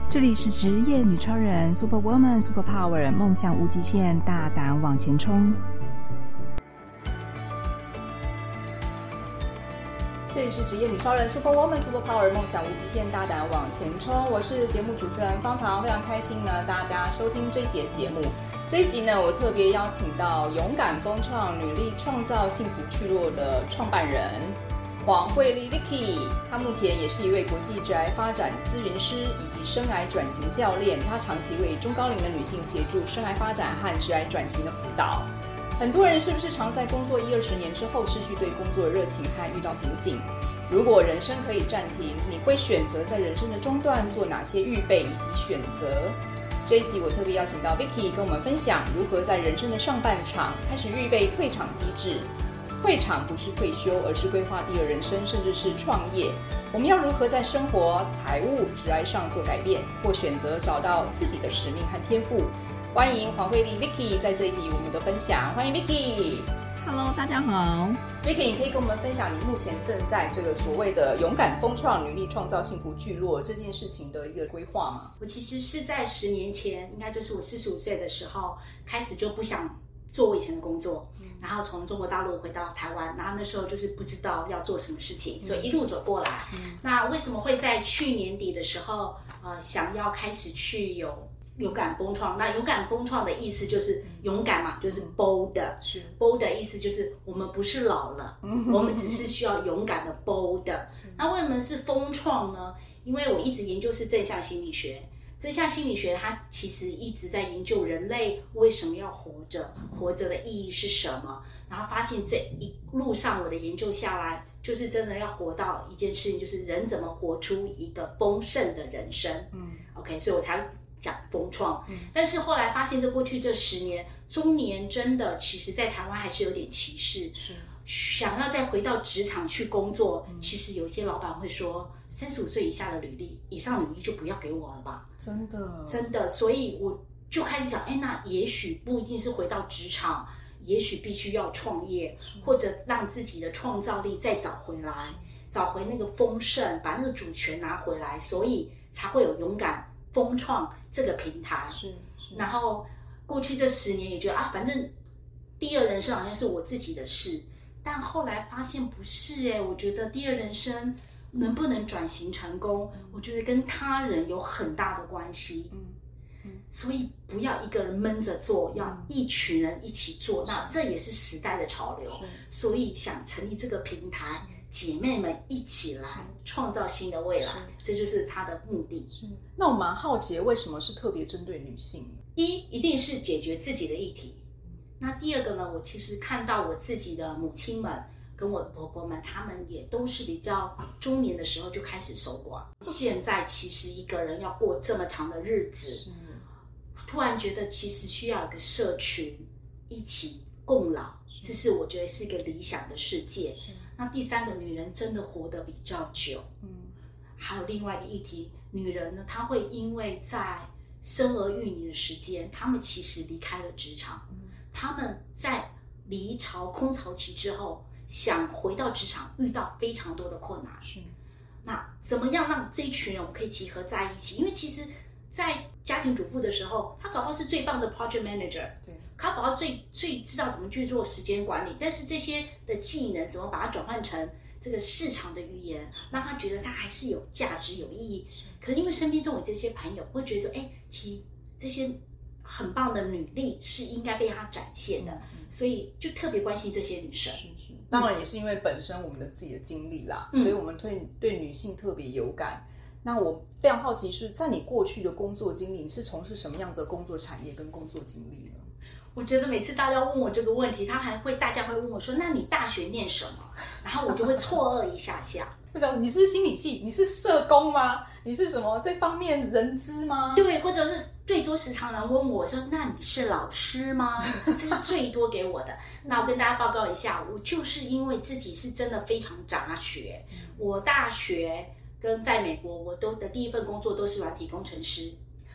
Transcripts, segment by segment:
这里是职业女超人 Superwoman Super Power， 梦想无极限，大胆往前冲。这里是职业女超人 Superwoman Super Power， 梦想无极限，大胆往前冲。我是节目主持人方糖，非常开心呢，大家收听这一节节目。这一集呢，我特别邀请到勇敢风创女力创造幸福聚落的创办人黄慧丽 Vicky， 她目前也是一位国际职涯发展咨询师以及生涯转型教练，她长期为中高龄的女性协助生涯发展和职涯转型的辅导。很多人是不是常在工作10-20年之后失去对工作的热情和遇到瓶颈？如果人生可以暂停，你会选择在人生的中段做哪些预备以及选择？这一集我特别邀请到 Vicky 跟我们分享如何在人生的上半场开始预备退场机制。退场不是退休，而是规划第二人生，甚至是创业。我们要如何在生活、财务、职涯上做改变，或选择找到自己的使命和天赋？欢迎黄慧丽 Vicky 在这一集我们的分享。欢迎 Vicky。Hello， 大家好。 Vicky， 你可以跟我们分享你目前正在这个所谓的勇敢风创女力创造幸福聚落这件事情的一个规划吗？ 我其实是在10年前，应该就是我45岁的时候开始就不想做我以前的工作，然后从中国大陆回到台湾，然后那时候就是不知道要做什么事情，所以一路走过来。那为什么会在去年底的时候，想要开始去有勇敢风创？那勇敢风创的意思就是勇敢嘛，就是 bold。是 bold 的意思就是我们不是老了，我们只是需要勇敢的 bold。那为什么是风创呢？因为我一直研究是正向心理学。正向心理学它其实一直在研究人类为什么要活着，活着的意义是什么，然后发现这一路上我的研究下来，就是真的要活到一件事情，就是人怎么活出一个丰盛的人生。OK， 所以我才讲风创。但是后来发现过去这10年，中年真的其实在台湾还是有点歧视，想要再回到职场去工作，其实有些老板会说35岁以下的以上履历就不要给我了吧。真的，所以我就开始想，那也许不一定是回到职场，也许必须要创业，或者让自己的创造力再找回来，找回那个丰盛，把那个主权拿回来，所以才会有勇敢风创这个平台。然后过去这10年也觉得反正第二人生好像是我自己的事，但后来发现不是我觉得第二人生能不能转型成功，我觉得跟他人有很大的关系。所以不要一个人闷着做，要一群人一起做，那这也是时代的潮流。所以想成立这个平台，姐妹们一起来创造新的未来，这就是它的目的。 那我蛮好奇的，为什么是特别针对女性？ 一定是解决自己的议题。那第二个呢，我其实看到我自己的母亲们跟我的婆婆们，她们也都是比较中年的时候就开始守寡。现在其实一个人要过这么长的日子，突然觉得其实需要有个社群一起共老，这是我觉得是一个理想的世界。那第三个，女人真的活得比较久。还有另外一个议题，女人呢，她会因为在生儿育女的时间，她们其实离开了职场，她们在离巢空巢期之后想回到职场，遇到非常多的困难。那怎么样让这一群人我们可以集合在一起？因为其实在家庭主妇的时候，她搞不好是最棒的 project manager， 她搞不好最知道怎么去做时间管理，但是这些的技能怎么把它转换成这个市场的语言，让她觉得她还是有价值有意义。可是因为身边中有这些朋友会觉得说，其实这些很棒的女力是应该被她展现的，所以就特别关心这些女生。 当然也是因为本身我们的自己的经历啦，所以我们对女性特别有感。那我非常好奇是在你过去的工作经历，你是从事什么样子的工作产业跟工作经历呢？ 我觉得每次大家问我这个问题，大家会问我说，那你大学念什么？然后我就会错愕一下下。 我想你是心理系，你是社工吗？你是什么这方面人资吗？ 对，或者是最多时常人问我说，那你是老师吗？这是最多给我的。那我跟大家报告一下，我就是因为自己是真的非常杂学，我大学跟在美国我的第一份工作都是软体工程师。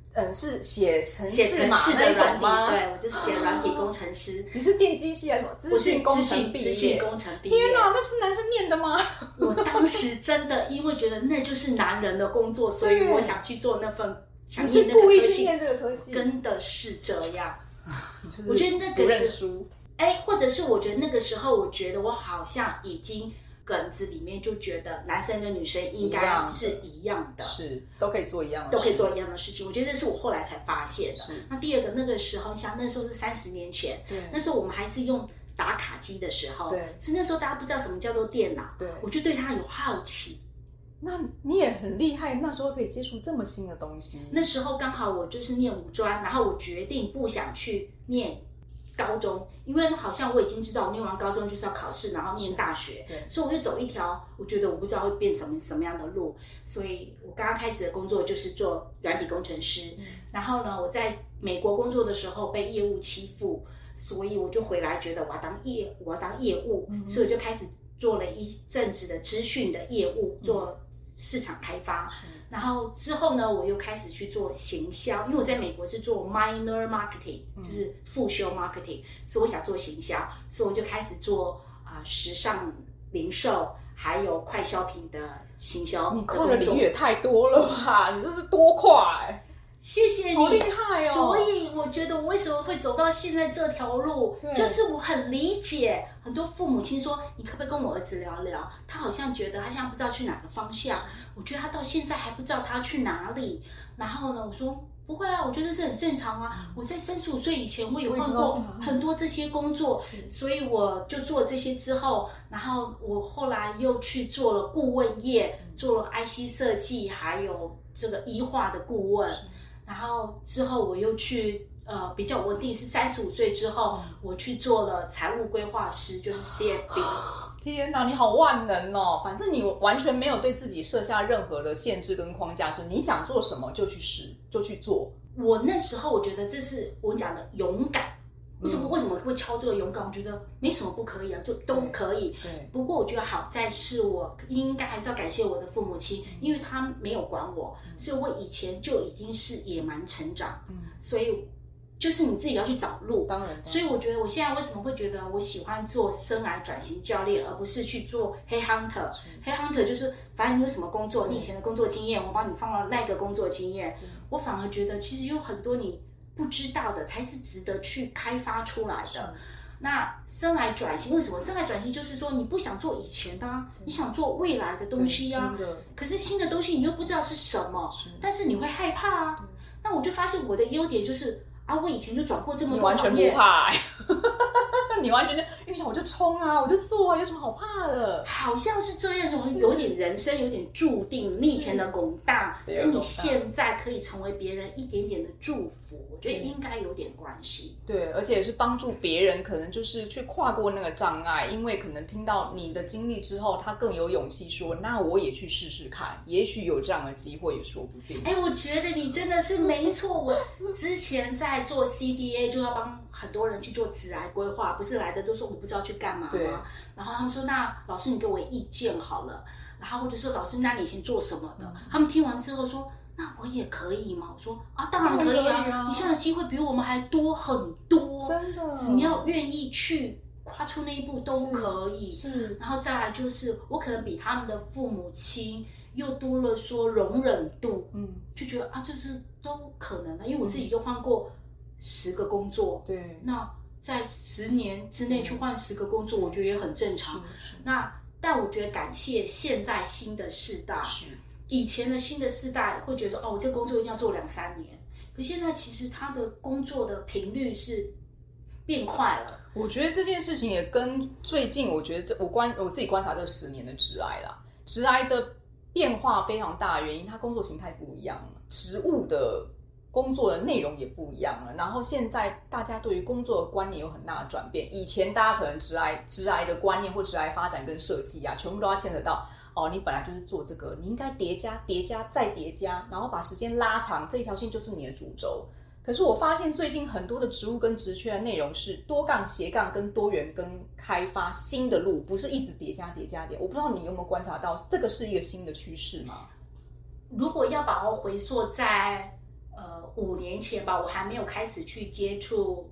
是写程写式嘛程式的那软体， 种吗？ 对我就是写软体工程师。 你是电机系还是什么？资讯工程毕业？ 资讯工程毕业。 天哪，那不是男生念的吗？ 我当时真的因为觉得那就是男人的工作，所以我想去做那份，想念那个科系。 你是故意去念这个科系？ 真的是这样。 我觉得那个是或者是我觉得那个时候，我觉得我好像已经梗子里面就觉得男生跟女生应该是一样的， 是都可以做一样的事， 都可以做一样的事情。我觉得这是我后来才发现的。那第二个，那个时候像那时候是30年前，那时候我们还是用打卡机的时候， 对， 所以那时候大家不知道什么叫做电脑，对，我就对它有好奇。 那你也很厉害，那时候可以接触这么新的东西。 那时候刚好我就是念五专，然后我决定不想去念高中，因为好像我已经知道我念完高中就是要考试，然后念大学，所以我就走一条我觉得我不知道会变成什么样的路，所以我刚刚开始的工作就是做软体工程师，然后呢，我在美国工作的时候被业务欺负，所以我就回来觉得我要当业务，所以我就开始做了一阵子的资讯的业务，做市场开发，然后之后呢，我又开始去做行销，因为我在美国是做 minor marketing，就是副修 marketing，所以我想做行销，所以我就开始做时尚零售还有快消品的行销。 你跨的领域也太多了吧？你这是多跨谢谢你， 好厉害哦！ 所以我觉得我为什么会走到现在这条路，就是我很理解很多父母亲说，你可不可以跟我儿子聊聊？他好像觉得他现在不知道去哪个方向，我觉得他到现在还不知道他要去哪里。然后呢，我说不会啊，我觉得这很正常啊。我在35岁以前，我也换过很多这些工作，所以我就做这些之后，然后我后来又去做了顾问业，做了 IC 设计，还有这个医化的顾问。然后之后我又去比较稳定，是35岁之后，我去做了财务规划师，就是 CFP。 天哪，你好万能哦！反正你完全没有对自己设下任何的限制跟框架，是你想做什么就去试，就去做。 我那时候我觉得这是我讲的勇敢。为什么会敲这个勇敢？我觉得没什么不可以啊，就都可以。对。不过我觉得好在是我应该还是要感谢我的父母亲，因为他没有管我，所以我以前就已经是野蛮成长。所以就是你自己要去找路。 当然。 所以我觉得我现在为什么会觉得我喜欢做生涯转型教练，而不是去做黑 hunter。黑 hunter 就是反正你有什么工作，你以前的工作经验，我帮你放到那个工作经验。我反而觉得其实有很多你不知道的才是值得去开发出来的。那生涯转型为什么？生涯转型就是说你不想做以前的你想做未来的东西可是新的东西你又不知道是什么，但是你会害怕那我就发现我的优点就是我以前就转过这么多行业， 你完全不怕你完全就遇到我就冲我就做有什么好怕的？ 好像是这样，有点人生有点注定，你以前的拱大跟你现在可以成为别人一点点的祝福，我觉得应该有点关系。 对，而且也是帮助别人，可能就是去跨过那个障碍，因为可能听到你的经历之后，他更有勇气说，那我也去试试看，也许有这样的机会也说不定。 我觉得你真的是没错。我之前在做 CDA 就要帮很多人去做职涯规划，不是来的都说我不知道去干嘛吗？然后他们说那老师你给我意见好了，然后或者说老师那你以前做什么的？他们听完之后说那我也可以吗？我说当然可以你现在的机会比我们还多很多， 真的， 只要愿意去跨出那一步都可以。是，然后再来就是我可能比他们的父母亲又多了说容忍度，就觉得就是都可能的，因为我自己就换过10个工作，对，那在10年之内去换10个工作，我觉得也很正常。但我觉得感谢现在新的世代，以前的新的世代会觉得说我这个工作一定要做2-3年，可现在其实他的工作的频率是变快了。 我觉得这件事情也跟最近我觉得我自己观察这10年的职涯啦，职涯的变化非常大的原因，它工作形态不一样了，职务的工作的内容也不一样了，然后现在大家对于工作的观念有很大的转变。以前大家可能职涯的观念或职涯发展跟设计全部都要牵扯到你本来就是做这个，你应该叠加再叠加，然后把时间拉长，这一条线就是你的主轴。可是我发现最近很多的职务跟职缺的内容是多杠斜杠跟多元跟开发新的路，不是一直叠加。我不知道你有没有观察到这个是一个新的趋势吗？ 如果要把我回溯在 5年前吧，我还没有开始去接触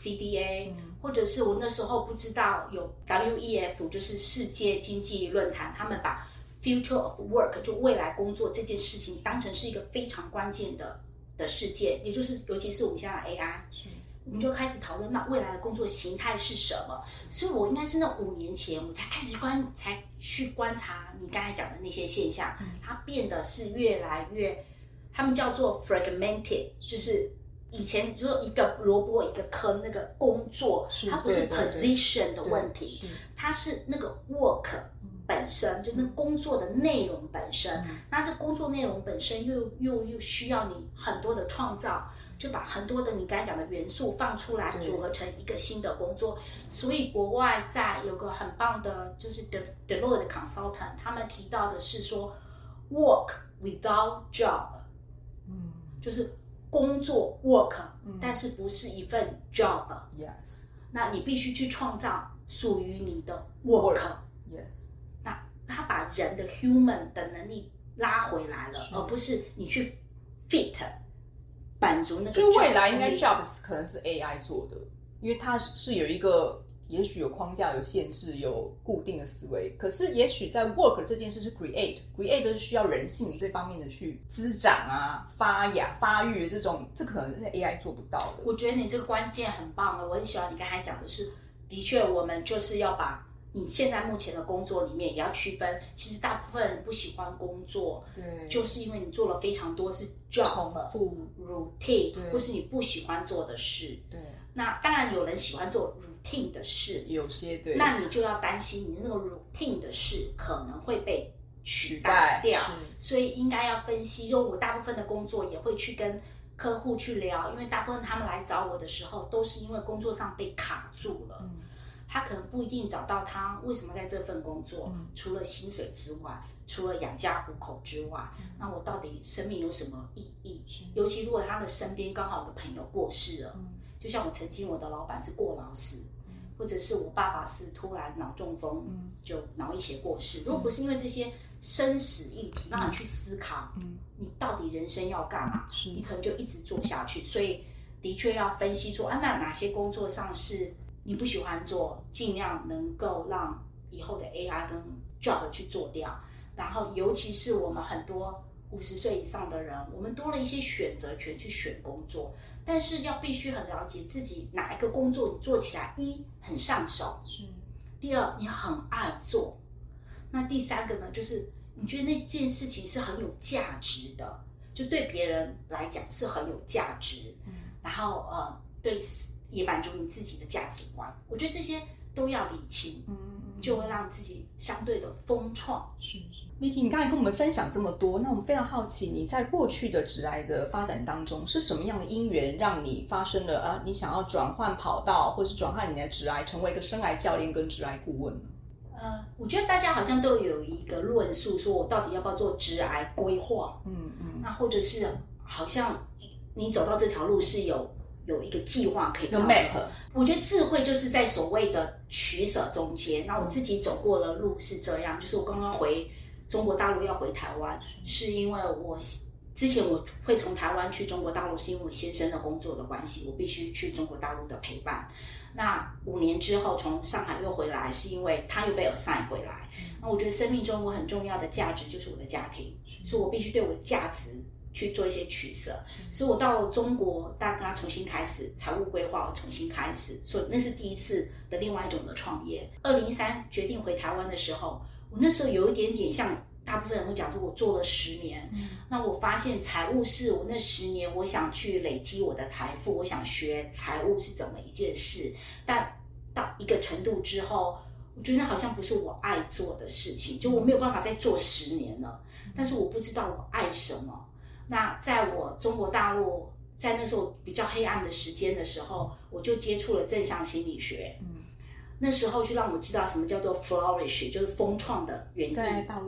CDA，或者是我那时候不知道有 WEF， 就是世界经济论坛，他们把 Future of Work 就未来工作这件事情当成是一个非常关键的事件，也就是尤其是我们现在的 AI， 我们就开始讨论那未来的工作形态是什么。所以我应该是那5年前我才开始去观察你刚才讲的那些现象，它变得是越来越，他们叫做 fragmented， 就是以前就一个萝卜一个坑，那个工作它不是 position 的问题，它是那个 work本身，就是工作的内容本身。那这工作内容本身又需要你很多的创造，就把很多的你刚才讲的元素放出来，组合成一个新的工作。所以国外有个很棒的，就是 Deloitte Consultant， 他们提到的是说 work without job， 就是工作 work，但是不是一份 job。 Yes， 那你必须去创造属于你的 work。Yes， 那他把人的 human 的能力拉回来了，而不是你去 fit 满足那个 job。 就未来应该 jobs 可能是 AI 做的，因为它是有一个。也许有框架、有限制、有固定的思维，可是也许在 work 这件事是 create 是需要人性这方面的去滋长啊、发芽、发育这种，这可能是 AI 做不到的。 我觉得你这个关键很棒了，我很喜欢你刚才讲的是，的确我们就是要把你现在目前的工作里面也要区分，其实大部分人不喜欢工作， 对， 就是因为你做了非常多是 job 重复 routine， 或是你不喜欢做的事。 对， 那当然有人喜欢做routine 的事， 有些对， 那你就要担心你那个 routine 的事可能会被取代掉，所以应该要分析。因为我大部分的工作也会去跟客户去聊，因为大部分他们来找我的时候都是因为工作上被卡住了，他可能不一定找到他为什么在这份工作，除了薪水之外，除了养家糊口之外，那我到底生命有什么意义？尤其如果他的身边刚好有个朋友过世了，就像我曾经我的老板是过劳死，或者是我爸爸是突然脑中风，就脑溢血过世。如果不是因为这些生死议题让你去思考，你到底人生要干嘛，你可能就一直做下去。所以的确要分析出那哪些工作上是你不喜欢做，尽量能够让以后的 AI 跟 job 去做掉。然后尤其是我们很多50岁以上的人，我们多了一些选择权去选工作，但是要必须很了解自己哪一个工作你做起来，一很上手，第二你很爱做，那第三个呢，就是你觉得那件事情是很有价值的，就对别人来讲是很有价值，然后对也满足你自己的价值观。我觉得这些都要理清，就会让自己相对的风创。 Vicky， 你刚才跟我们分享这么多，那我们非常好奇，你在过去的职涯的发展当中，是什么样的因缘让你发生了你想要转换跑道，或是转换你的职涯，成为一个生涯教练跟职涯顾问呢？ 我觉得大家好像都有一个论述，说我到底要不要做职涯规划？那或者是好像你走到这条路是有一个计划可以到的。 map。 我觉得智慧就是在所谓的取舍中间。那我自己走过的路是这样，就是我刚刚回中国大陆要回台湾，是因为之前我会从台湾去中国大陆，是因为我先生的工作的关系，我必须去中国大陆的陪伴。那5年之后从上海又回来，是因为他又被assign回来。那我觉得生命中我很重要的价值就是我的家庭，所以我必须对我的价值去做一些取舍。所以我到了中国，大家重新开始财务规划，我重新开始，所以那是第一次的另外一种的创业。2013决定回台湾的时候，我那时候有一点点像大部分人会讲说我做了10年，那我发现财务是我那10年我想去累积我的财富，我想学财务是怎么一件事，但到一个程度之后，我觉得好像不是我爱做的事情，就我没有办法再做10年了，但是我不知道我爱什么。那在我中国大陆在那时候比较黑暗的时间的时候，我就接触了正向心理学，那时候就让我知道什么叫做 flourish， 就是风创的原因。 在大陆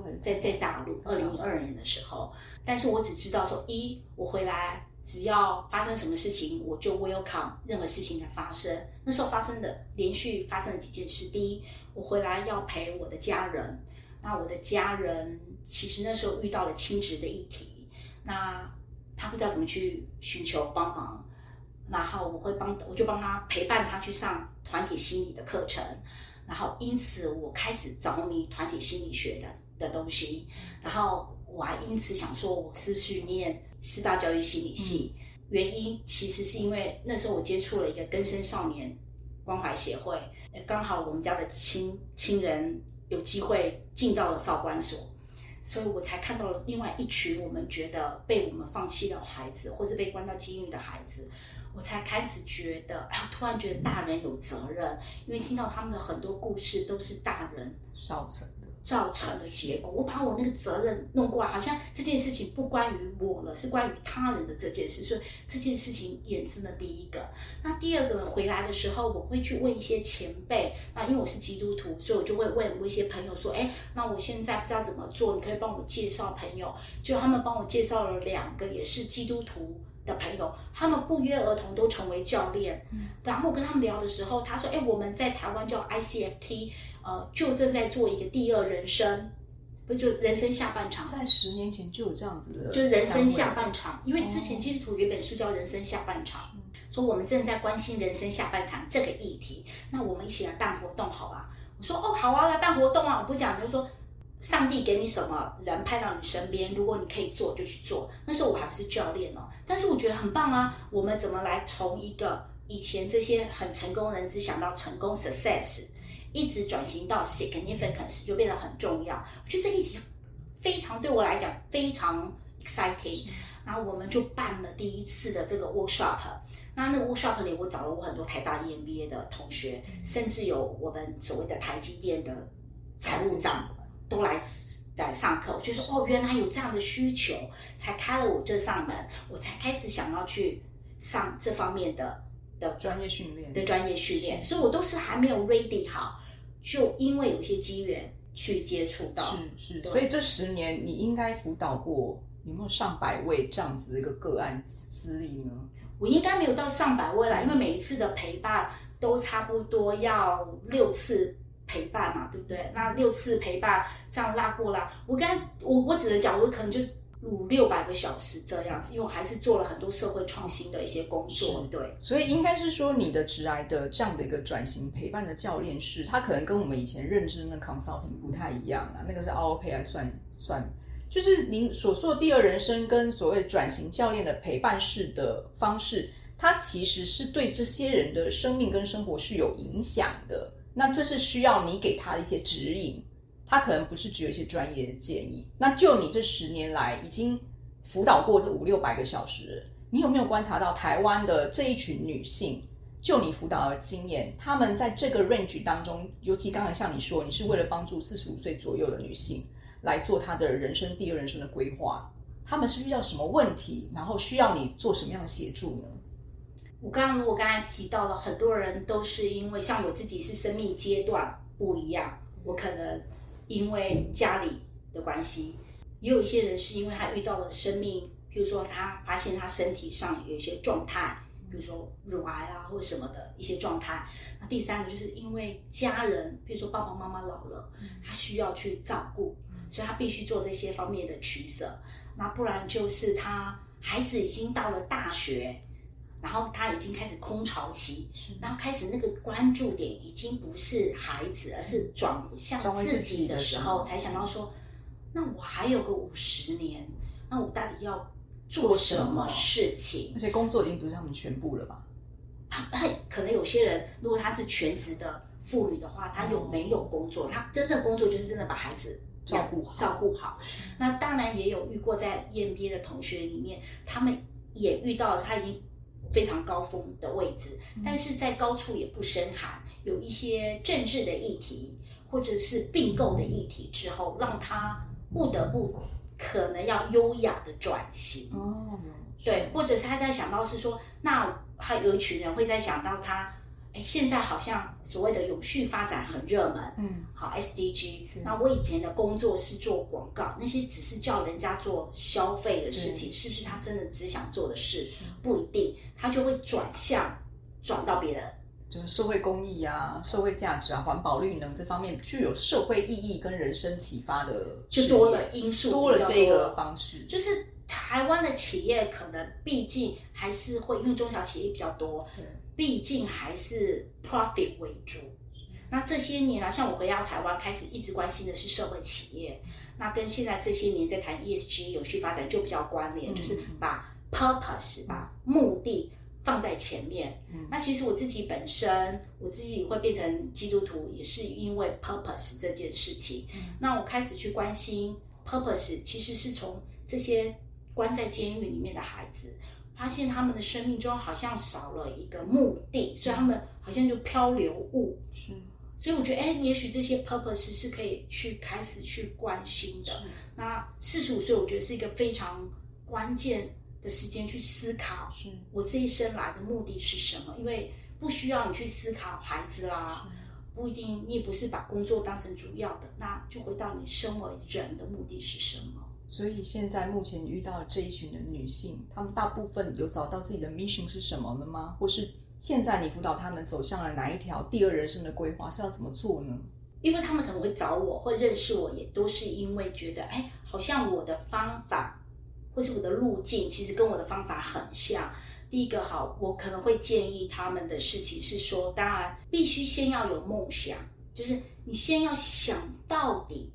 2022年的时候，但是我只知道说，我回来只要发生什么事情，我就 welcome 任何事情的发生。那时候连续发生了几件事。第一，我回来要陪我的家人，那我的家人其实那时候遇到了亲职的议题，那他不知道怎么去寻求帮忙，然后我就帮他陪伴他去上团体心理的课程，然后因此我开始着迷团体心理学的东西，然后我还因此想说我是不是去念师大教育心理系，原因其实是因为那时候我接触了一个更生少年关怀协会，刚好我们家的亲人有机会进到了少管所，所以我才看到了另外一群我们觉得被我们放弃的孩子，或是被关到监狱的孩子，我才开始觉得，突然觉得大人有责任，因为听到他们的很多故事都是大人造成的结果，我把我那个责任弄过来，好像这件事情不关于我了，是关于他人的这件事，所以这件事情衍生了第一个。那第二个回来的时候，我会去问一些前辈，那因为我是基督徒，所以我就会问我一些朋友说，那我现在不知道怎么做，你可以帮我介绍朋友，就他们帮我介绍了2个也是基督徒的朋友，他们不约而同都成为教练，然后我跟他们聊的时候，他说我们在台湾叫 ICFT， 就正在做一个第二人生，不是就人生下半场， 在10年前就有这样子的， 就是人生下半场，因为之前基督徒有一本书叫人生下半场，说我们正在关心人生下半场这个议题，那我们一起来办活动好吧？我说好啊，来办活动啊，我不讲，就是说上帝给你什么人派到你身边，如果你可以做就去做。那时候我还不是教练但是我觉得很棒啊，我们怎么来从一个以前这些很成功的人只想到成功 success， 一直转型到 significance， 就变得很重要。我觉得这议题非常对我来讲非常 exciting， 然后我们就办了第一次的这个 workshop。那个 workshop 里，我找了我很多台大 EMBA 的同学，甚至有我们所谓的台积电的财务长都来上课。我就说原来有这样的需求，才开了我这扇门，我才开始想要去上这方面的专业训练，所以我都是还没有 ready 好，就因为有一些机缘去接触到。 是，所以这10年你应该辅导过有没有上百位这样子的一个个案资历呢？ 我应该没有到上百位啦，因为每一次的陪伴都差不多要6次陪伴嘛，对不对？那6次陪伴这样拉过来，我只能讲，我可能就是500-600个小时这样子，因为我还是做了很多社会创新的一些工作，对。 所以应该是说，你的职涯的这样的一个转型陪伴的教练室，它可能跟我们以前认知的 consulting 不太一样啊，那个是 hour pay 来算，就是您所说的第二人生跟所谓转型教练的陪伴式的方式，它其实是对这些人的生命跟生活是有影响的。那这是需要你给他的一些指引，他可能不是只有一些专业的建议。那就你这10年来已经辅导过这500-600个小时了，你有没有观察到台湾的这一群女性，就你辅导的经验，她们在这个 range 当中，尤其刚才像你说，你是为了帮助45岁左右的女性来做她的人生第二人生的规划，她们是遇到什么问题，然后需要你做什么样的协助呢？ 我刚才提到了，很多人都是因为像我自己是生命阶段不一样，我可能因为家里的关系，也有一些人是因为他遇到了生命，比如说他发现他身体上有一些状态，比如说乳癌啊或什么的一些状态。那第三个就是因为家人，比如说爸爸妈妈老了，他需要去照顾，所以他必须做这些方面的取舍。那不然就是他孩子已经到了大学，然后他已经开始空巢期，然后开始那个关注点已经不是孩子，而是转向自己的时候，才想到说，那我还有个50年，那我到底要做什么事情？ 而且工作已经不是他们全部了吧？ 可能有些人，如果他是全职的妇女的话，他没有工作，他真正工作就是真的把孩子照顾好。那当然也有遇过在 EMBA 的同学里面，他们也遇到了他已经非常高峰的位置，但是在高处也不胜寒，有一些政治的议题或者是并购的议题之后，让他不得不可能要优雅的转型。对，或者是他在想到是说，那还有一群人会在想到他，现在好像所谓的永续发展很热门，好 SDG， 那我以前的工作是做广告，那些只是叫人家做消费的事情，是不是他真的只想做的事？不一定，他就会转到别的， 就是社会公益啊、社会价值啊、环保绿能这方面具有社会意义跟人生启发的， 就多了因素， 多了这个方式， 就是台湾的企业可能毕竟还是会，因为中小企业比较多，毕竟还是 profit 为主。那这些年啊，像我回到台湾，开始一直关心的是社会企业，那跟现在这些年在谈 ESG 永续发展就比较关联，就是把 purpose 把目的放在前面。那其实我自己本身，我自己会变成基督徒，也是因为 purpose 这件事情。那我开始去关心 purpose， 其实是从这些关在监狱里面的孩子，发现他们的生命中好像少了一个目的，所以他们好像就漂流物。所以我觉得，也许这些 purpose 是可以去开始去关心的。那45岁，我觉得是一个非常关键的时间去思考，我这一生来的目的是什么？因为不需要你去思考孩子啦，不一定，你也不是把工作当成主要的，那就回到你身为人的目的是什么？ 所以现在目前遇到的这一群的女性，她们大部分有找到自己的 mission 是什么了吗？或是现在你辅导他们走向了哪一条第二人生的规划，是要怎么做呢？ 因为他们可能会找我，会认识我，也都是因为觉得，好像我的方法或是我的路径，其实跟我的方法很像。第一个好，我可能会建议他们的事情是说，当然必须先要有梦想，就是你先要想到底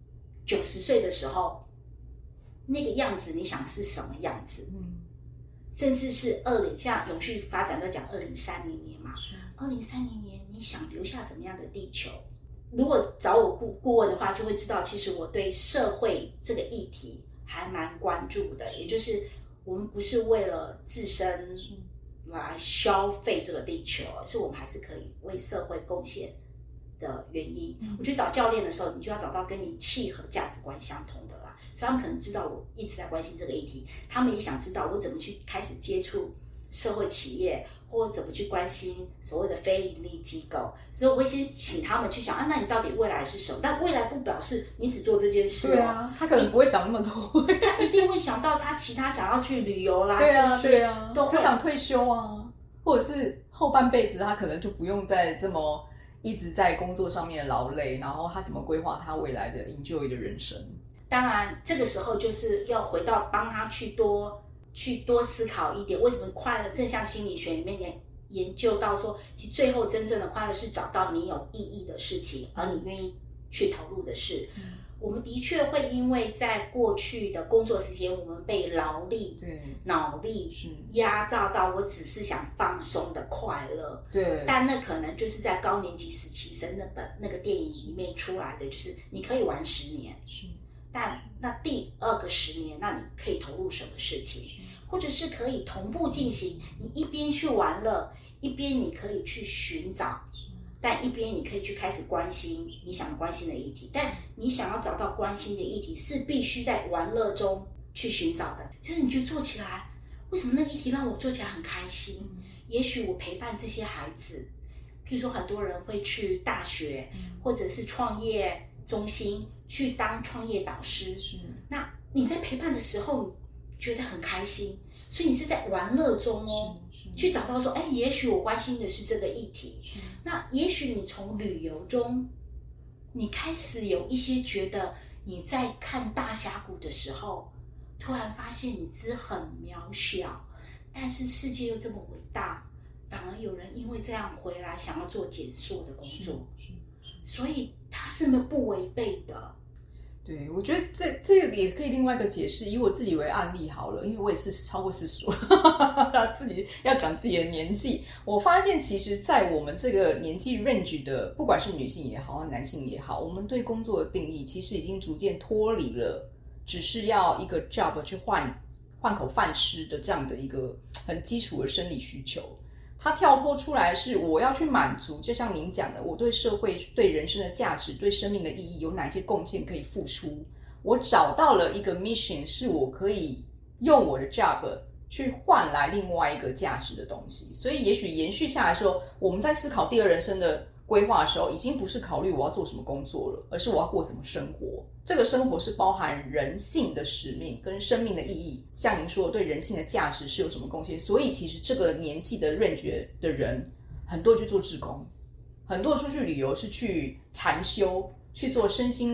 90岁的时候那个样子，你想是什么样子？甚至是像永续发展都讲2030年嘛，2030年你想留下什么样的地球？如果找我顾问的话，就会知道，其实我对社会这个议题还蛮关注的，也就是我们不是为了自身来消费这个地球，而是我们还是可以为社会贡献的原因。我觉得找教练的时候，你就要找到跟你契合价值观相同的啦，所以他们可能知道我一直在关心这个议题，他们也想知道我怎么去开始接触社会企业，或怎么去关心所谓的非营利机构，所以我会先请他们去想，那你到底未来是什么？但未来不表示你只做这件事对啊，他可能不会想那么多， 他一定会想到他其他想要去旅游啦， 对啊， 都会他想退休啊，或者是后半辈子他可能就不用再这么一直在工作上面劳累，然后他怎么规划他未来的 enjoy 的人生？ 当然，这个时候就是要回到帮他去多思考一点，为什么快乐？正向心理学里面研究到说，其实最后真正的快乐是找到你有意义的事情，而你愿意去投入的事。我们的确会因为在过去的工作时间，我们被劳力、脑力压榨到，我只是想放松的快乐。 对， 但那可能就是在高年级实习生那个电影里面出来的，就是你可以玩10年，但那第2个10年，那你可以投入什么事情？或者是可以同步进行，你一边去玩乐，一边你可以去寻找。但一边你可以去开始关心你想关心的议题，但你想要找到关心的议题是必须在玩乐中去寻找的。就是你觉得做起来，为什么那个议题让我做起来很开心？也许我陪伴这些孩子，譬如说很多人会去大学或者是创业中心去当创业导师，那你在陪伴的时候觉得很开心，所以你是在玩乐中去找到说，也许我关心的是这个议题。那也许你从旅游中，你开始有一些觉得你在看大峡谷的时候，突然发现你只很渺小，但是世界又这么伟大，反而有人因为这样回来想要做减塑的工作，所以它是不违背的。 对，我觉得这个也可以另外一个解释，以我自己为案例好了，因为我也是超过40了，自己要讲自己的年纪。我发现其实在我们这个年纪 range 的，不管是女性也好，男性也好，我们对工作的定义其实已经逐渐脱离了只是要一个 job 去换口饭吃的这样的一个很基础的生理需求。它跳脱出来是我要去满足，就像您讲的，我对社会、对人生的价值、对生命的意义有哪些贡献可以付出。我找到了一个 mission， 是我可以用我的 job 去换来另外一个价值的东西。所以也许延续下来说，我们在思考第二人生的规划的时候，已经不是考虑我要做什么工作了，而是我要过什么生活。这个生活是包含人性的使命跟生命的意义，像您说的对人性的价值是有什么贡献。所以其实这个年纪的range的人，很多去做志工，很多出去旅游是去禅修，去做身心灵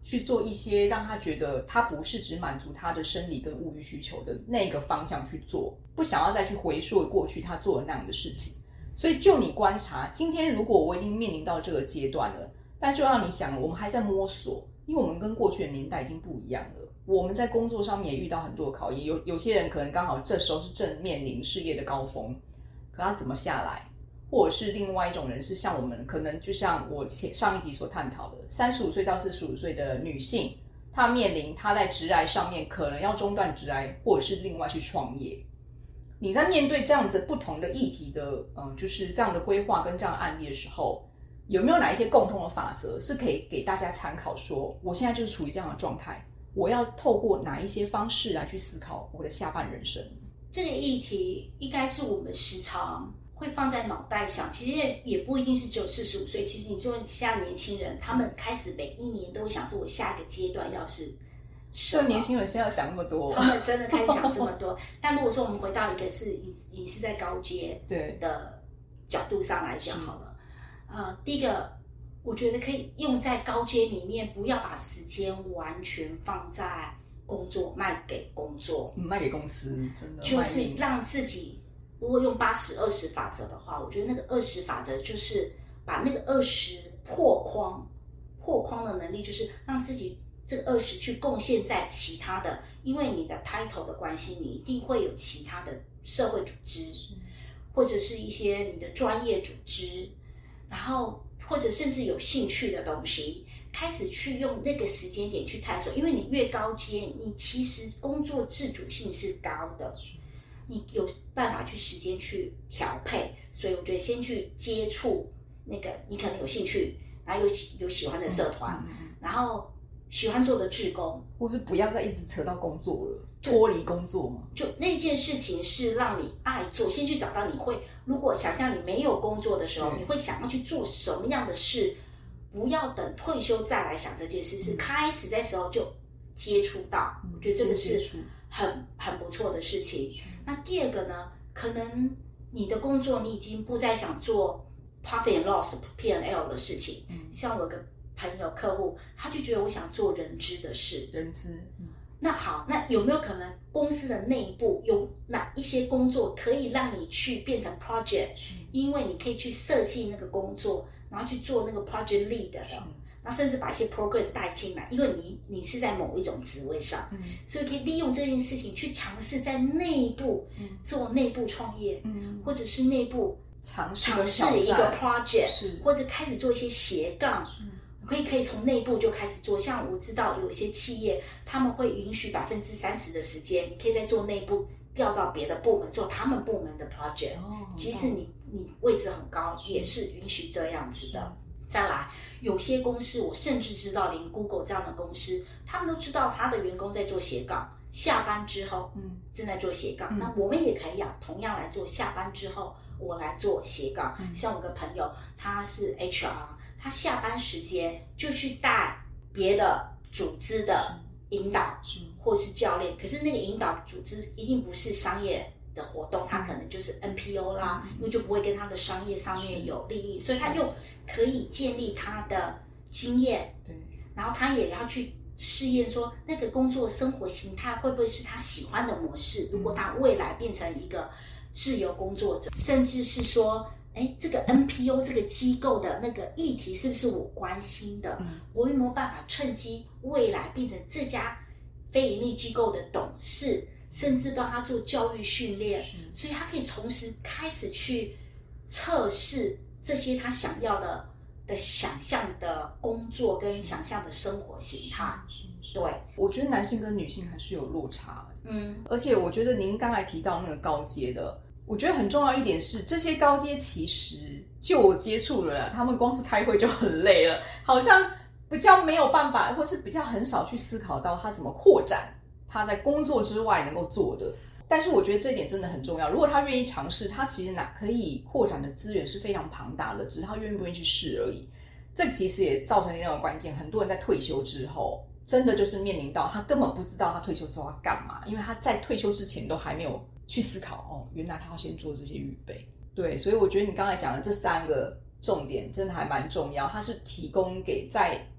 去做一些让他觉得他不是只满足他的生理跟物欲需求的那个方向去做，不想要再去回溯过去他做的那样的事情。所以就你观察，今天如果我已经面临到这个阶段了，但就让你想，我们还在摸索，因为我们跟过去的年代已经不一样了。我们在工作上面也遇到很多的考验，有些人可能刚好这时候是正面临事业的高峰，可他怎么下来？或者是另外一种人是像我们，可能就像我上一集所探讨的，35岁到45岁的女性，她面临她在职涯上面可能要中断职涯，或者是另外去创业。你在面对这样子不同的议题的，就是这样的规划跟这样的案例的时候，有没有哪一些共同的法则是可以给大家参考说，我现在就是处于这样的状态，我要透过哪一些方式来去思考我的下半人生？ 这个议题应该是我们时常会放在脑袋想，其实也不一定是只有45岁，其实你说现在年轻人，他们开始每一年都会想说，我下一个阶段要是这年轻人现在要想那么多， 他们真的开始想这么多。但如果说我们回到一个是你是在高阶的角度上来讲好了，第一个我觉得可以用在高阶里面，不要把时间完全放在工作，卖给工作， 卖给公司，真的就是让自己。如果用80-20法则的话，我觉得那个20法则就是把那个20破框的能力，就是让自己这个20去贡献在其他的，因为你的 title 的关系，你一定会有其他的社会组织，或者是一些你的专业组织，然后或者甚至有兴趣的东西，开始去用那个时间点去探索。因为你越高阶，你其实工作自主性是高的，你有办法去时间去调配，所以我觉得先去接触那个你可能有兴趣，然后有喜欢的社团，然后喜欢做的志工， 或是不要再一直扯到工作了，脱离工作嘛。 就那件事情是让你爱做，先去找到你会，如果想象你没有工作的时候，你会想要去做什么样的事，不要等退休再来想这件事，是开始在时候就接触到，我觉得这个是很不错的事情。那第二个呢，可能你的工作你已经不再想做 profit and loss P&L 的事情，像我有个朋友客户，他就觉得我想做人资的事，那好，那有没有可能公司的内部有哪一些工作可以让你去变成 project，因为你可以去设计那个工作，然后去做那个 project lead 的，那甚至把一些 program 带进来，因为你是在某一种职位上，所以可以利用这件事情去尝试在内部做内部创业，或者是内部尝试一个 project， 或者开始做一些斜杠，可以从内部就开始做。像我知道有一些企业，他们会允许30%的时间，你可以在做内部调到别的部门做他们部门的 project，即使你位置很高，也是允许这样子的。再来，有些公司我甚至知道，连 Google 这样的公司，他们都知道他的员工在做斜杠，下班之后正在做斜杠，那我们也可以同样来做，下班之后我来做斜杠。像我个朋友，他是 HR， 他下班时间就去带别的组织的引导或是教练，可是那个引导组织一定不是商业的活动，他可能就是 NPO 啦，因为就不会跟他的商业上面有利益，所以他又可以建立他的经验，然后他也要去试验说那个工作生活形态会不会是他喜欢的模式，如果他未来变成一个自由工作者，甚至是说这个 NPO 这个机构的那个议题是不是我关心的，我有没有办法趁机未来变成这家非营利机构的董事，甚至帮他做教育训练，所以他可以同时开始去测试这些他想要的想象的工作跟想象的生活形态。对， 我觉得男性跟女性还是有落差，而且我觉得您刚才提到那个高阶的，我觉得很重要一点是，这些高阶其实就我接触了，他们光是开会就很累了，好像比较没有办法，或是比较很少去思考到他怎么扩展他在工作之外能够做的。但是我觉得这一点真的很重要，如果他愿意尝试，他其实可以扩展的资源是非常庞大的，只是他愿不愿意去试而已。这个其实也造成另外一个关键，很多人在退休之后真的就是面临到他根本不知道他退休之后要干嘛，因为他在退休之前都还没有去思考，原来他要先做这些预备。对，所以我觉得你刚才讲的这3个重点真的还蛮重要，它是提供给在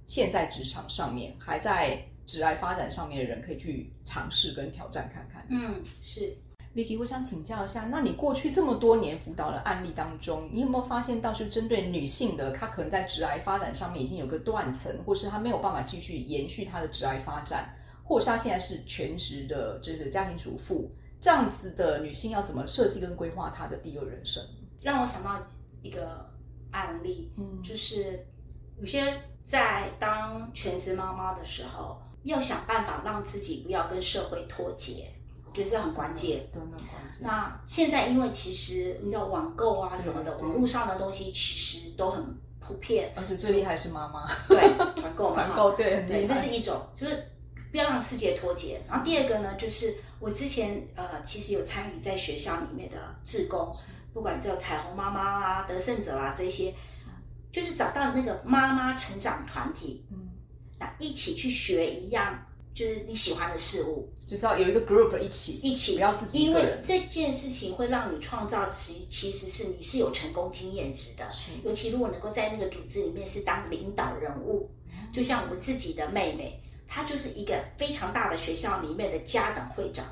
现在职场上面还在职涯发展上面的人可以去尝试跟挑战看看？ 是。 Vicky， 我想请教一下，那你过去这么多年辅导的案例当中，你有没有发现到是针对女性的，她可能在职涯发展上面已经有个断层，或是她没有办法继续延续她的职涯发展，或是她现在是全职的就是家庭主妇，这样子的女性要怎么设计跟规划她的第二人生？ 让我想到一个案例，就是有些在当全职妈妈的时候，要想办法让自己不要跟社会脱节，我觉得这很关键。那现在因为其实你知道网购啊什么的，网络上的东西其实都很普遍， 而且最厉害是妈妈， 对，团购嘛， 团购对， 这是一种，就是不要让世界脱节。然后第二个呢，就是我之前其实有参与在学校里面的志工，不管叫彩虹妈妈啊、得胜者啊这些，就是找到那个妈妈成长团体，那一起去学一样就是你喜欢的事物， 就是要有一个 group 一起，不要自己一个人。 因为这件事情会让你创造其实是你是有成功经验值的，尤其如果能够在那个组织里面是当领导人物，就像我们自己的妹妹，她就是一个非常大的学校里面的家长会长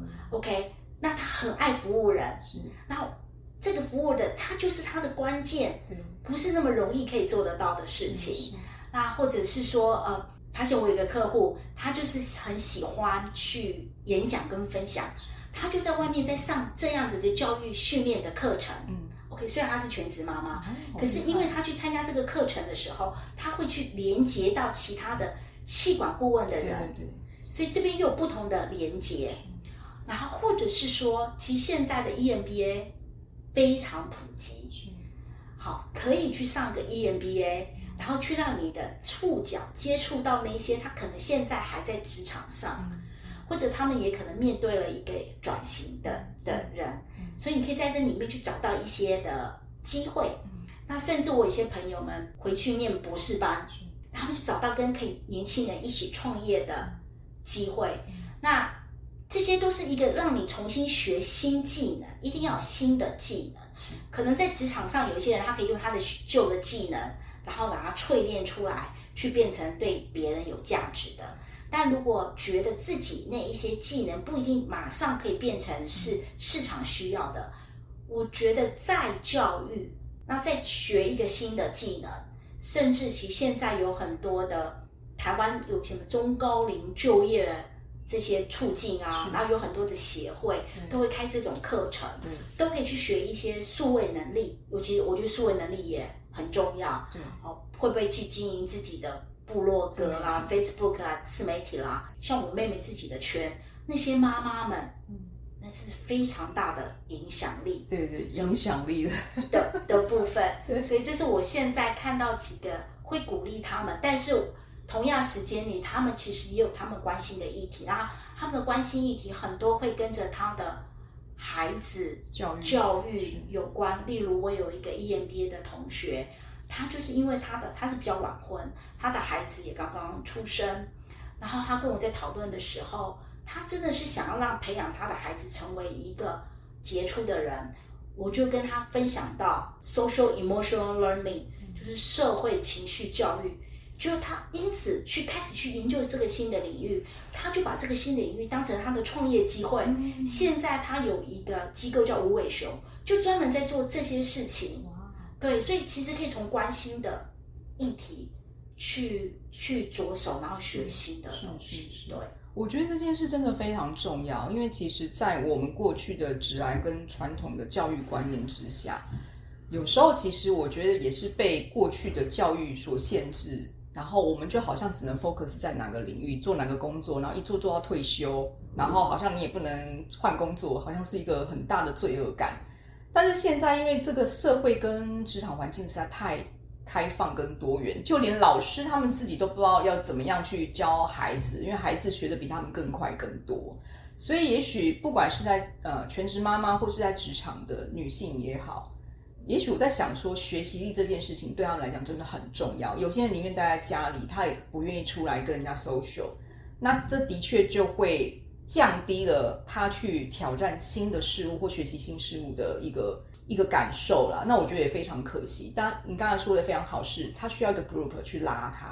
，OK， 那她很爱服务人，然后这个服务的她就是她的关键，不是那么容易可以做得到的事情。那或者是说发现我有一个客户，他就是很喜欢去演讲跟分享，他就在外面在上这样子的教育训练的课程。OK， 虽然他是全职妈妈，可是因为他去参加这个课程的时候，他会去连接到其他的企管顾问的人，所以这边又有不同的连接。然后或者是说，其实现在的 EMBA 非常普及，好，可以去上个 EMBA。然后去让你的触角接触到那些他可能现在还在职场上，或者他们也可能面对了一个转型的人，所以你可以在这里面去找到一些的机会。那甚至我有些朋友们回去念博士班，他们就找到跟可以年轻人一起创业的机会。那这些都是一个让你重新学新技能，一定要有新的技能。可能在职场上有一些人他可以用他的旧的技能，然后把它淬炼出来，去变成对别人有价值的。但如果觉得自己那一些技能不一定马上可以变成是市场需要的，我觉得再教育，那再学一个新的技能，甚至其现在有很多的台湾有什么中高龄就业这些促进啊，然后有很多的协会都会开这种课程，都可以去学一些数位能力，尤其我觉得数位能力也很重要，会不会去经营自己的部落格啦、Facebook 啊、自媒体啦？像我妹妹自己的圈，那些妈妈们，那是非常大的影响力， 影响力的部分。所以这是我现在看到几个会鼓励他们，但是同样时间里，他们其实也有他们关心的议题，然后他们的关心议题很多会跟着他的孩子教育有关。例如我有一个 EMBA 的同学，他就是因为他是比较晚婚，他的孩子也刚刚出生，然后他跟我在讨论的时候，他真的是想要培养他的孩子成为一个杰出的人。我就跟他分享到 social emotional learning， 就是社会情绪教育，就他因此开始去研究这个新的领域，他就把这个新的领域当成他的创业机会。现在他有一个机构叫无尾熊，就专门在做这些事情。对，所以其实可以从关心的议题去着手，然后学新的东西。对， 我觉得这件事真的非常重要，因为其实在我们过去的职涯跟传统的教育观念之下，有时候其实我觉得也是被过去的教育所限制，然后我们就好像只能 focus 在哪个领域做哪个工作，然后一做到退休，然后好像你也不能换工作，好像是一个很大的罪恶感。但是现在因为这个社会跟职场环境实在太开放跟多元，就连老师他们自己都不知道要怎么样去教孩子，因为孩子学得比他们更快更多。所以也许不管是在全职妈妈或是在职场的女性也好，也许我在想说学习力这件事情对他们来讲真的很重要。有些人宁愿待在家里，他也不愿意出来跟人家 social， 那这的确就会降低了他去挑战新的事物或学习新事物的一个感受啦。那我觉得也非常可惜。当然你刚才说的非常好，是他需要一个 group 去拉他，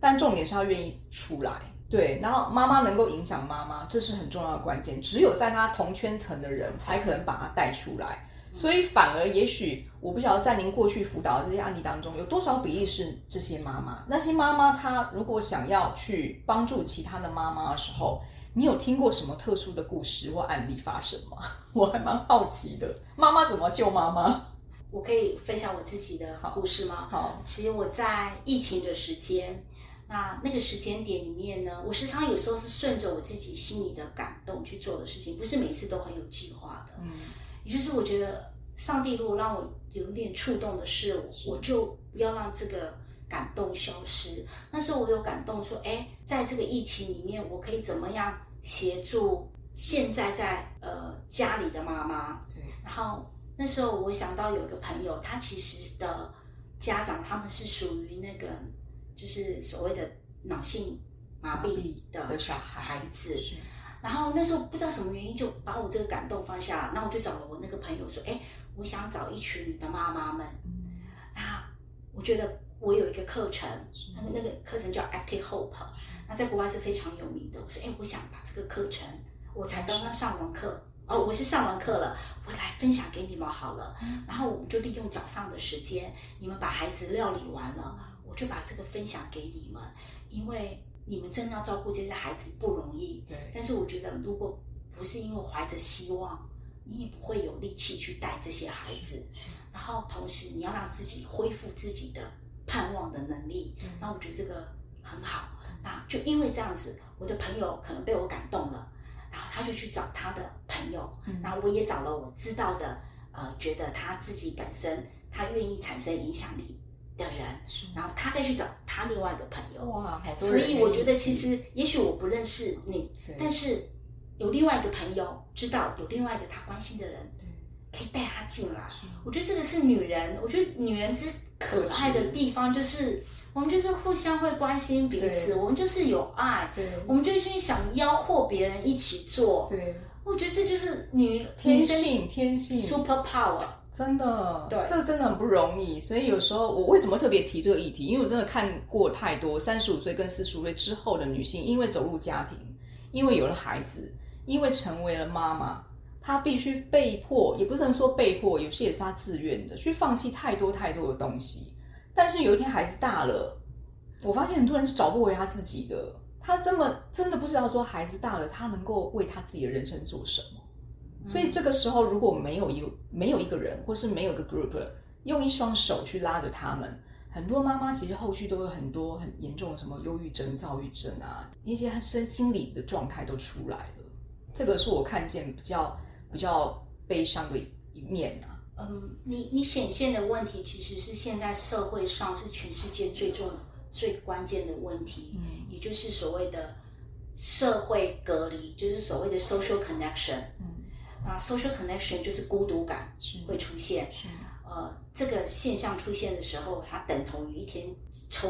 但重点是他愿意出来。对，然后妈妈能够影响妈妈，这是很重要的关键。只有在他同圈层的人才可能把他带出来。所以反而也许我不晓得在您过去辅导的这些案例当中，有多少比例是这些妈妈？那些妈妈她如果想要去帮助其他的妈妈的时候，你有听过什么特殊的故事或案例发生吗？我还蛮好奇的，妈妈怎么救妈妈？ 我可以分享我自己的故事吗？ 好， 其实我在疫情的时间。那个时间点里面呢，我时常有时候是顺着我自己心里的感动去做的事情，不是每次都很有计划的。也就是我觉得上帝如果让我有一点触动的事，我就不要让这个感动消失。那时候我有感动说，在这个疫情里面，我可以怎么样协助现在在家里的妈妈。 对。 然后那时候我想到有一个朋友，他其实的家长他们是属于那个就是所谓的脑性麻痹的小孩子，然后那时候不知道什么原因就把我这个感动放下，那我就找了我那个朋友说，我想找一群你的妈妈们。那我觉得我有一个课程，那个课程叫 Active Hope， 那在国外是非常有名的。我说，我想把这个课程，我才刚刚上完课，我是上完课了，我来分享给你们好了。然后我们就利用早上的时间，你们把孩子料理完了，我就把这个分享给你们，因为你们真的要照顾这些孩子不容易。 对。 但是我觉得，如果不是因为怀着希望，你也不会有力气去带这些孩子。然后同时，你要让自己恢复自己的盼望的能力。那我觉得这个很好。那就因为这样子，我的朋友可能被我感动了，然后他就去找他的朋友。那我也找了我知道的，觉得他自己本身他愿意产生影响力的人，然后他再去找他另外一个朋友。 哇，好多人。 所以我觉得其实也许我不认识你，但是有另外一个朋友知道有另外一个他关心的人，可以带他进来。我觉得这个是女人，我觉得女人之可爱的地方就是我们就是互相会关心彼此，我们就是有爱，我们就去想吆喝别人一起做。 对， 我觉得这就是天性 super power。 真的， 对， 这真的很不容易。所以有时候我为什么特别提这个议题？因为我真的看过太多35岁跟40岁之后的女性，因为走入家庭，因为有了孩子，因为成为了妈妈，她必须被迫，也不能说被迫，有些也是她自愿的，去放弃太多太多的东西。但是有一天孩子大了，我发现很多人是找不回他自己的。他真的不知道说孩子大了，他能够为他自己的人生做什么。所以这个时候，如果没有一个人，或是没有一个 group 用一双手去拉着他们，很多妈妈其实后续都有很多很严重的什么忧郁症、躁郁症啊，一些心理的状态都出来了。这个是我看见比较悲伤的一面啊。 你显现的问题其实是现在社会上是全世界最关键的问题，也就是所谓的社会隔离，就是所谓的 social connection。那 social connection 就是孤独感会出现。这个现象出现的时候，它等同于一天抽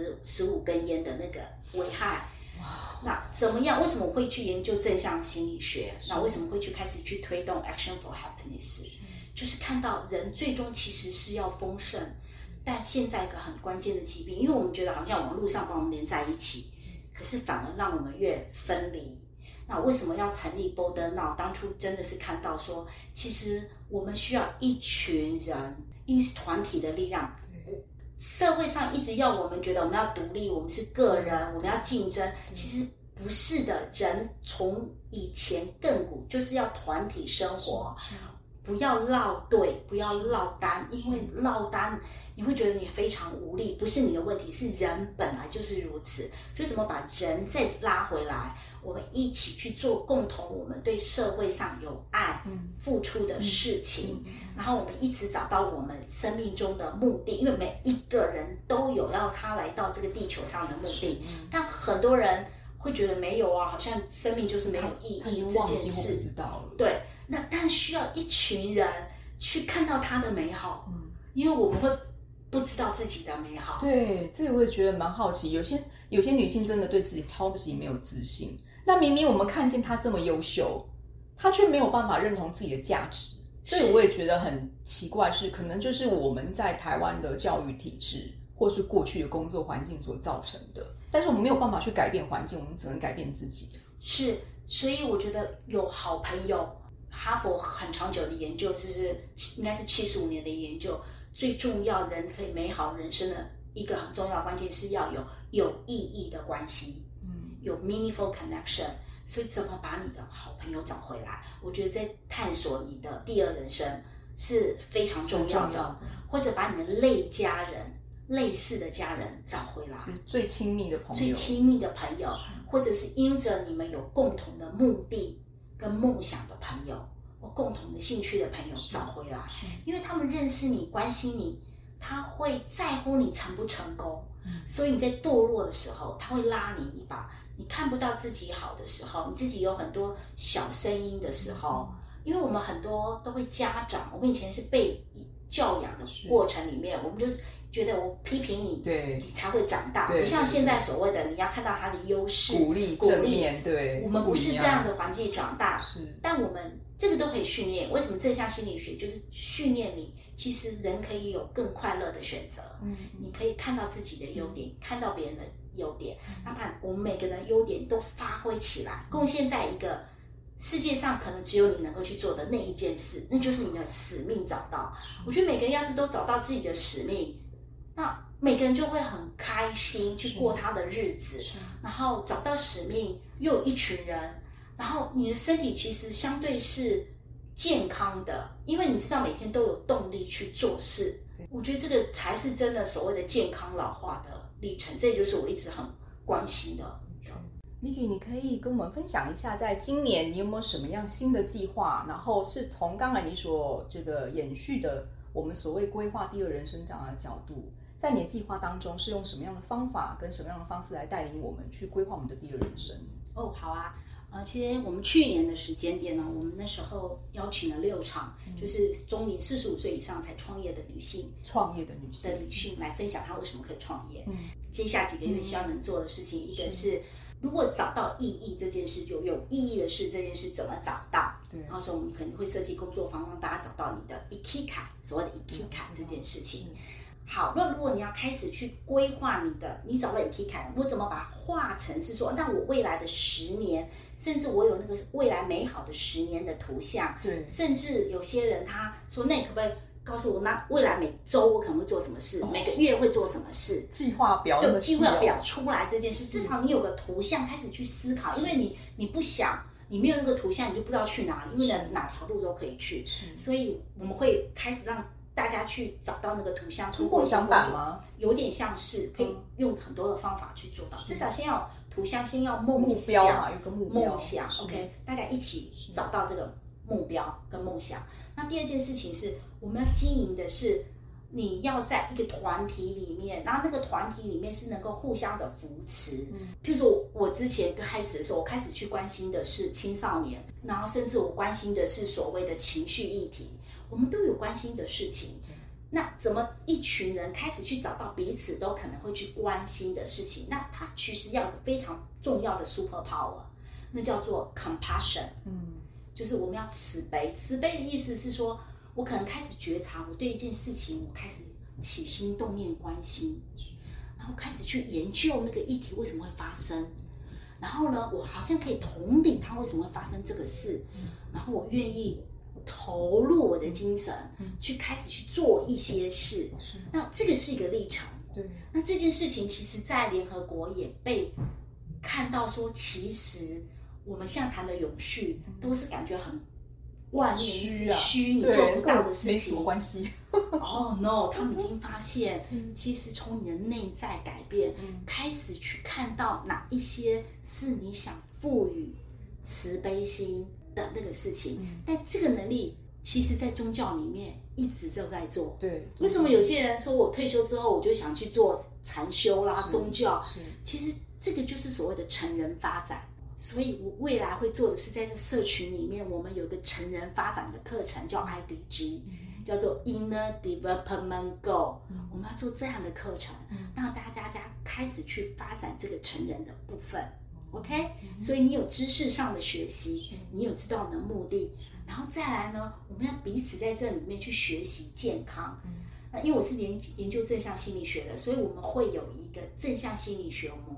15根烟的那个危害。那怎么样？为什么我会去研究正向心理学？那为什么会开始去推动 Action for Happiness？就是看到人最终其实是要丰盛，但现在一个很关键的疾病，因为我们觉得好像网络上把我们连在一起，可是反而让我们越分离。那为什么要成立 Border Now？ 当初真的是看到说，其实我们需要一群人，因为是团体的力量。社会上一直要我们觉得我们要独立，我们是个人，我们要竞争，其实不是的。人从以前亘古就是要团体生活，不要落队，不要落单，因为落单你会觉得你非常无力，不是你的问题，是人本来就是如此。所以怎么把人再拉回来，我们一起去做共同我们对社会上有爱付出的事情，然后我们一直找到我们生命中的目的，因为每一个人都有要他来到这个地球上的目的，但很多人会觉得没有啊，好像生命就是没有意义这件事。对，那但需要一群人去看到他的美好，因为我们会不知道自己的美好。 对，这个我也觉得蛮好奇，有些女性真的对自己超级没有自信，那明明我们看见她这么优秀，她却没有办法认同自己的价值。这个我也觉得很奇怪，是可能就是我们在台湾的教育体制或是过去的工作环境所造成的。 但是我们没有办法去改变环境，我们只能改变自己。 是，所以我觉得有好朋友，哈佛很长久的研究，就是应该是75年的研究，最重要人可以美好人生的一个很重要的关键是要有意义的关系，有 meaningful connection。所以怎么把你的好朋友找回来，我觉得在探索你的第二人生是非常重要的，或者把你的类家人、类似的家人找回来， 是最亲密的朋友， 最亲密的朋友，或者是因着你们有共同的目的跟梦想的朋友，或共同的兴趣的朋友找回来，因为他们认识你、关心你，他会在乎你成不成功，所以你在堕落的时候，他会拉你一把。你看不到自己好的时候，你自己有很多小声音的时候，因为我们很多都会家长，我们以前是被教养的过程里面，我们就觉得我批评你，你才会长大，不像现在所谓的你要看到他的优势， 鼓励正面，对， 我们不是这样的环境长大，但我们这个都可以训练。为什么正向心理学就是训练你？其实人可以有更快乐的选择，你可以看到自己的优点，看到别人的优点，哪怕我们每个人的优点都发挥起来，贡献在一个世界上可能只有你能够去做的那一件事，那就是你的使命找到。我觉得每个人要是都找到自己的使命，那每个人就会很开心去过他的日子，然后找到使命，又有一群人，然后你的身体其实相对是健康的，因为你知道每天都有动力去做事。我觉得这个才是真的所谓的健康老化的历程，这也就是我一直很关心的。 Vicky， 你可以跟我们分享一下，在今年你有没有什么样新的计划？然后是从刚才你所这个延续的我们所谓规划第二人生这样的角度，在你的计划当中是用什么样的方法跟什么样的方式来带领我们去规划我们的第二人生？ 好啊。其实我们去年的时间点呢，我们那时候邀请了6场，就是中年45岁以上才创业的女性来分享她为什么可以创业。接下几个月希望能做的事情，一个是如果找到意义这件事，有意义的事这件事怎么找到？然后所以我们可能会设计工作坊，让大家找到你的 Ikigai， 所谓的 Ikigai 这件事情。好，那如果你要开始去规划你找到 Ikigai， 我怎么把它画成是说，那我未来的10年，甚至我有那个未来美好的10年的图像，甚至有些人他说，那你可不可以告诉我，那未来每周我可能会做什么事，每个月会做什么事？ 计划表， 对，计划表出来这件事，至少你有个图像开始去思考，因为你不想。你没有那个图像，你就不知道去哪里，因为哪条路都可以去，所以我们会开始让大家去找到那个图像，通过想法吗？ 有点像是可以用很多的方法去做到，至少先要图像，先要梦标嘛，有个目标。 梦想 ，OK， 大家一起找到这个目标跟梦想。那第二件事情是，我们要经营的是，你要在一个团体里面，然后那个团体里面是能够互相的扶持。譬如说，我之前开始的时候，我开始去关心的是青少年，然后甚至我关心的是所谓的情绪议题。我们都有关心的事情，那怎么一群人开始去找到彼此都可能会去关心的事情？那它其实要有个非常重要的 super power， 那叫做 compassion，就是我们要慈悲。慈悲的意思是说，我可能开始觉察，我对一件事情，我开始起心动念关心，然后开始去研究那个议题为什么会发生，然后呢，我好像可以同理它为什么会发生这个事，然后我愿意投入我的精神，去开始去做一些事。那这个是一个历程。那这件事情其实在联合国也被看到说，其实我们现在谈的永续，都是感觉很外面虚，你做不到的事情， 没什么关系。 no， 他们已经发现，其实从你的内在改变，开始去看到哪一些是你想赋予慈悲心的那个事情，但这个能力其实在宗教里面一直都在做。为什么有些人说我退休之后我就想去做禅修啦、宗教？其实这个就是所谓的成人发展。所以我未来会做的是，在这社群里面，我们有一个成人发展的课程，叫 IDG，叫做 Inner Development Goal。我们要做这样的课程，让大家开始去发展这个成人的部分。OK， 所以你有知识上的学习，你有知道你的目的，然后再来呢，我们要彼此在这里面去学习健康。那因为我是研究正向心理学的，所以我们会有一个正向心理学，我们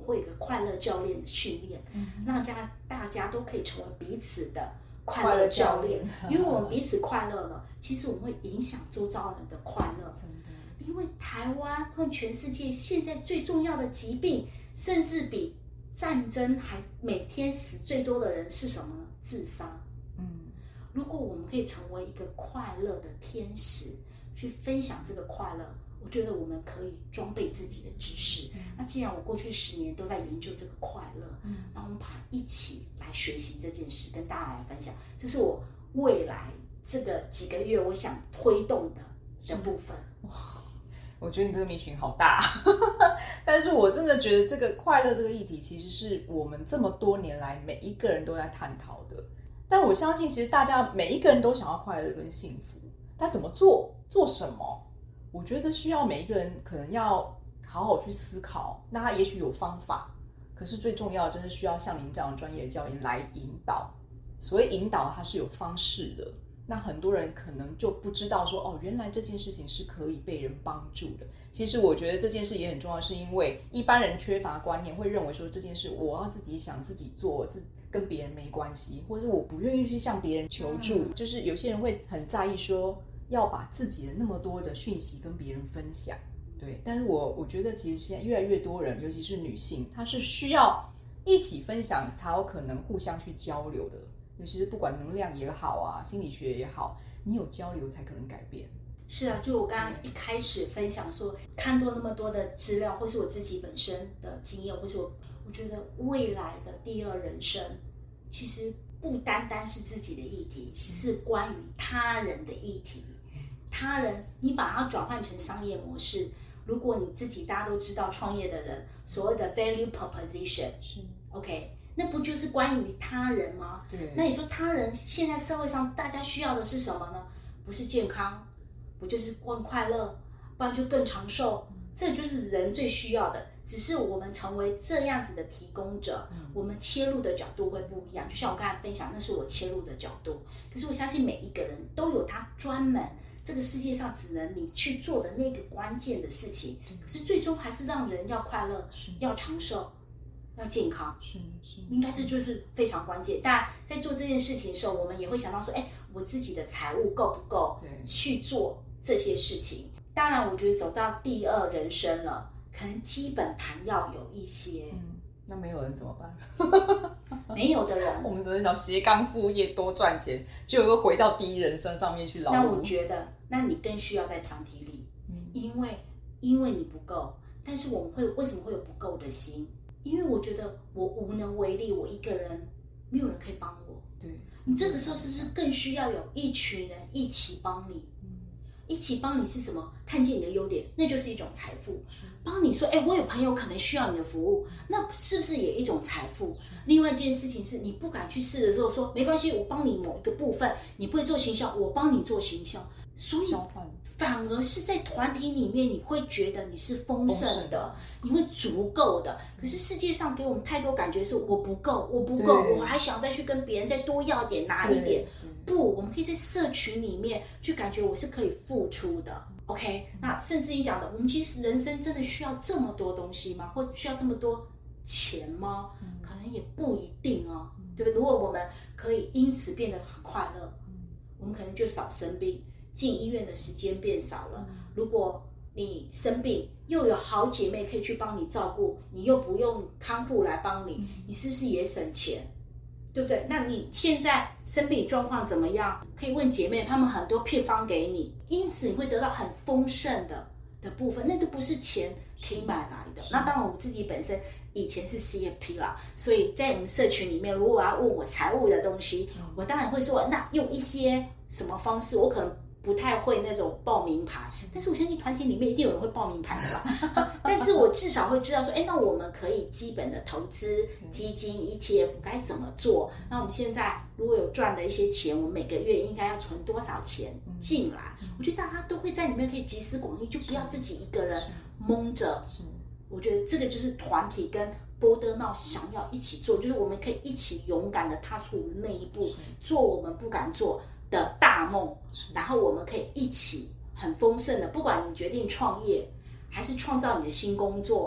会有一个快乐教练的训练，让大家都可以成为彼此的快乐教练，因为我们彼此快乐了，其实我们会影响周遭人的快乐。 真的， 因为台湾和全世界现在最重要的疾病，甚至比战争还每天死最多的人是什么呢？自杀。如果我们可以成为一个快乐的天使，去分享这个快乐，我觉得我们可以装备自己的知识。那既然我过去10年都在研究这个快乐，那我们把一起来学习这件事，跟大家来分享，这是我未来这个几个月我想推动的部分。 我觉得你这个mission好大但是我真的觉得这个快乐这个议题其实是我们这么多年来每一个人都在探讨的，但我相信其实大家每一个人都想要快乐跟幸福，但怎么做什么，我觉得这需要每一个人可能要好好去思考。那他也许有方法，可是最重要的真的需要像您这样专业的教练来引导。所谓引导它是有方式的，那很多人可能就不知道说原来这件事情是可以被人帮助的。其实我觉得这件事也很重要，是因为一般人缺乏观念，会认为说这件事我要自己想自己做，跟别人没关系，或者是我不愿意去向别人求助。就是有些人会很在意说要把自己的那么多的讯息跟别人分享，对。但是我觉得其实现在越来越多人，尤其是女性，她是需要一起分享才有可能互相去交流的。尤其是不管能量也好啊，心理学也好，你有交流才可能改变。 是啊，就我刚刚一开始分享说，看多那么多的资料，或是我自己本身的经验，或是我觉得未来的第二人生，其实不单单是自己的议题，是关于他人的议题。他人，你把它转换成商业模式。如果你自己大家都知道，创业的人所谓的 value proposition， 是 OK。那不就是关于他人吗？对。那你说他人现在社会上大家需要的是什么呢？不是健康，不就是更快乐，不然就更长寿，这就是人最需要的。只是我们成为这样子的提供者，我们切入的角度会不一样。就像我刚才分享，那是我切入的角度。可是我相信每一个人都有他专门这个世界上只能你去做的那个关键的事情。可是最终还是让人要快乐，要长寿，要健康，应该这就是非常关键。当然在做这件事情的时候，我们也会想到说，我自己的财务够不够去做这些事情。当然我觉得走到第二人生了，可能基本盘要有一些。 那没有人怎么办？ 没有的人我们只是想斜杠副业多赚钱，就又回到第一人生上面去劳碌。 那我觉得那你更需要在团体里，因为你不够。但是我们为什么会有不够的心？因为我觉得我无能为力，我一个人没有人可以帮我。对，你这个时候是不是更需要有一群人一起帮你？一起帮你是什么？看见你的优点，那就是一种财富。帮你说，我有朋友可能需要你的服务，那是不是也一种财富？另外一件事情是你不敢去试的时候，说没关系，我帮你某一个部分，你不会做行销，我帮你做行销。所以反而是在团体里面，你会觉得你是丰盛的，你会足够的。可是世界上给我们太多感觉是我不够，我还想再去跟别人再多要点拿一点。不，我们可以在社群里面去感觉我是可以付出的。OK， 那甚至你讲的，我们其实人生真的需要这么多东西吗？或需要这么多钱吗？可能也不一定哦，对不对？如果我们可以因此变得很快乐，我们可能就少生病，进医院的时间变少了。如果你生病，又有好姐妹可以去帮你照顾，你又不用看护来帮你，你是不是也省钱？对不对？那你现在生病状况怎么样？可以问姐妹，她们很多配方给你，因此你会得到很丰盛的部分，那都不是钱可以买来的。那当然我自己本身以前是 CFP 啦，所以在我们社群里面，如果我要问我财务的东西，我当然会说，那用一些什么方式，我可能不太会那种报名牌，但是我相信团体里面一定有人会报名牌的吧。但是我至少会知道说，那我们可以基本的投资基金 ETF 该怎么做。那我们现在如果有赚的一些钱，我们每个月应该要存多少钱进来？我觉得大家都会在里面可以集思广益，就不要自己一个人蒙着。我觉得这个就是团体跟波德闹想要一起做，就是我们可以一起勇敢的踏出我们那一步，做我们不敢做的大梦，然后我们可以一起很丰盛的，不管你决定创业，还是创造你的新工作，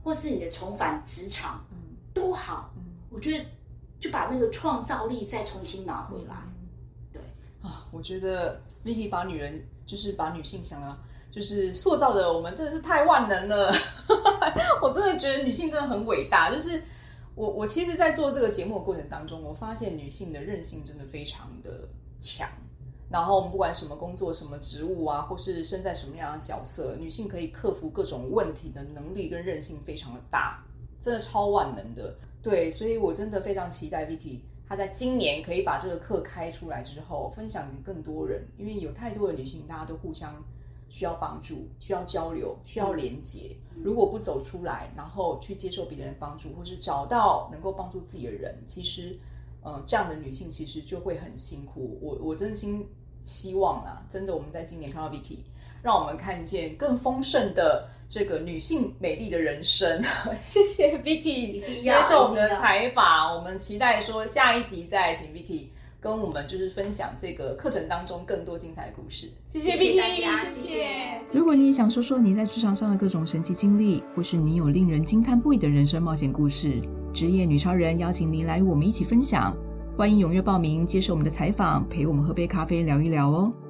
或是你的重返职场，都好，我觉得就把那个创造力再重新拿回来。对啊，我觉得 Vicky 把女人就是把女性想了，就是塑造的我们真的是太万能了。我真的觉得女性真的很伟大，就是我其实在做这个节目的过程当中，我发现女性的韧性真的非常的强。然后我们不管什么工作什么职务啊，或是身在什么样的角色，女性可以克服各种问题的能力跟韧性非常的大，真的超万能的。对，所以我真的非常期待 Vicky 她在今年可以把这个课开出来之后分享给更多人，因为有太多的女性大家都互相需要帮助，需要交流，需要连结。如果不走出来，然后去接受别人的帮助，或是找到能够帮助自己的人，其实这样的女性其实就会很辛苦。我真心希望啊，真的我们在今年看到 Vicky， 让我们看见更丰盛的这个女性美丽的人生。谢谢 Vicky 接受我们的采访，我们期待说下一集再请 Vicky 跟我们就是分享这个课程当中更多精彩的故事。谢谢 Vicky， 大家，谢谢。 如果你也想说说你在职场上的各种神奇经历，或是你有令人惊叹不已的人生冒险故事，职业女超人邀请您来与我们一起分享。欢迎踊跃报名，接受我们的采访，陪我们喝杯咖啡聊一聊哦。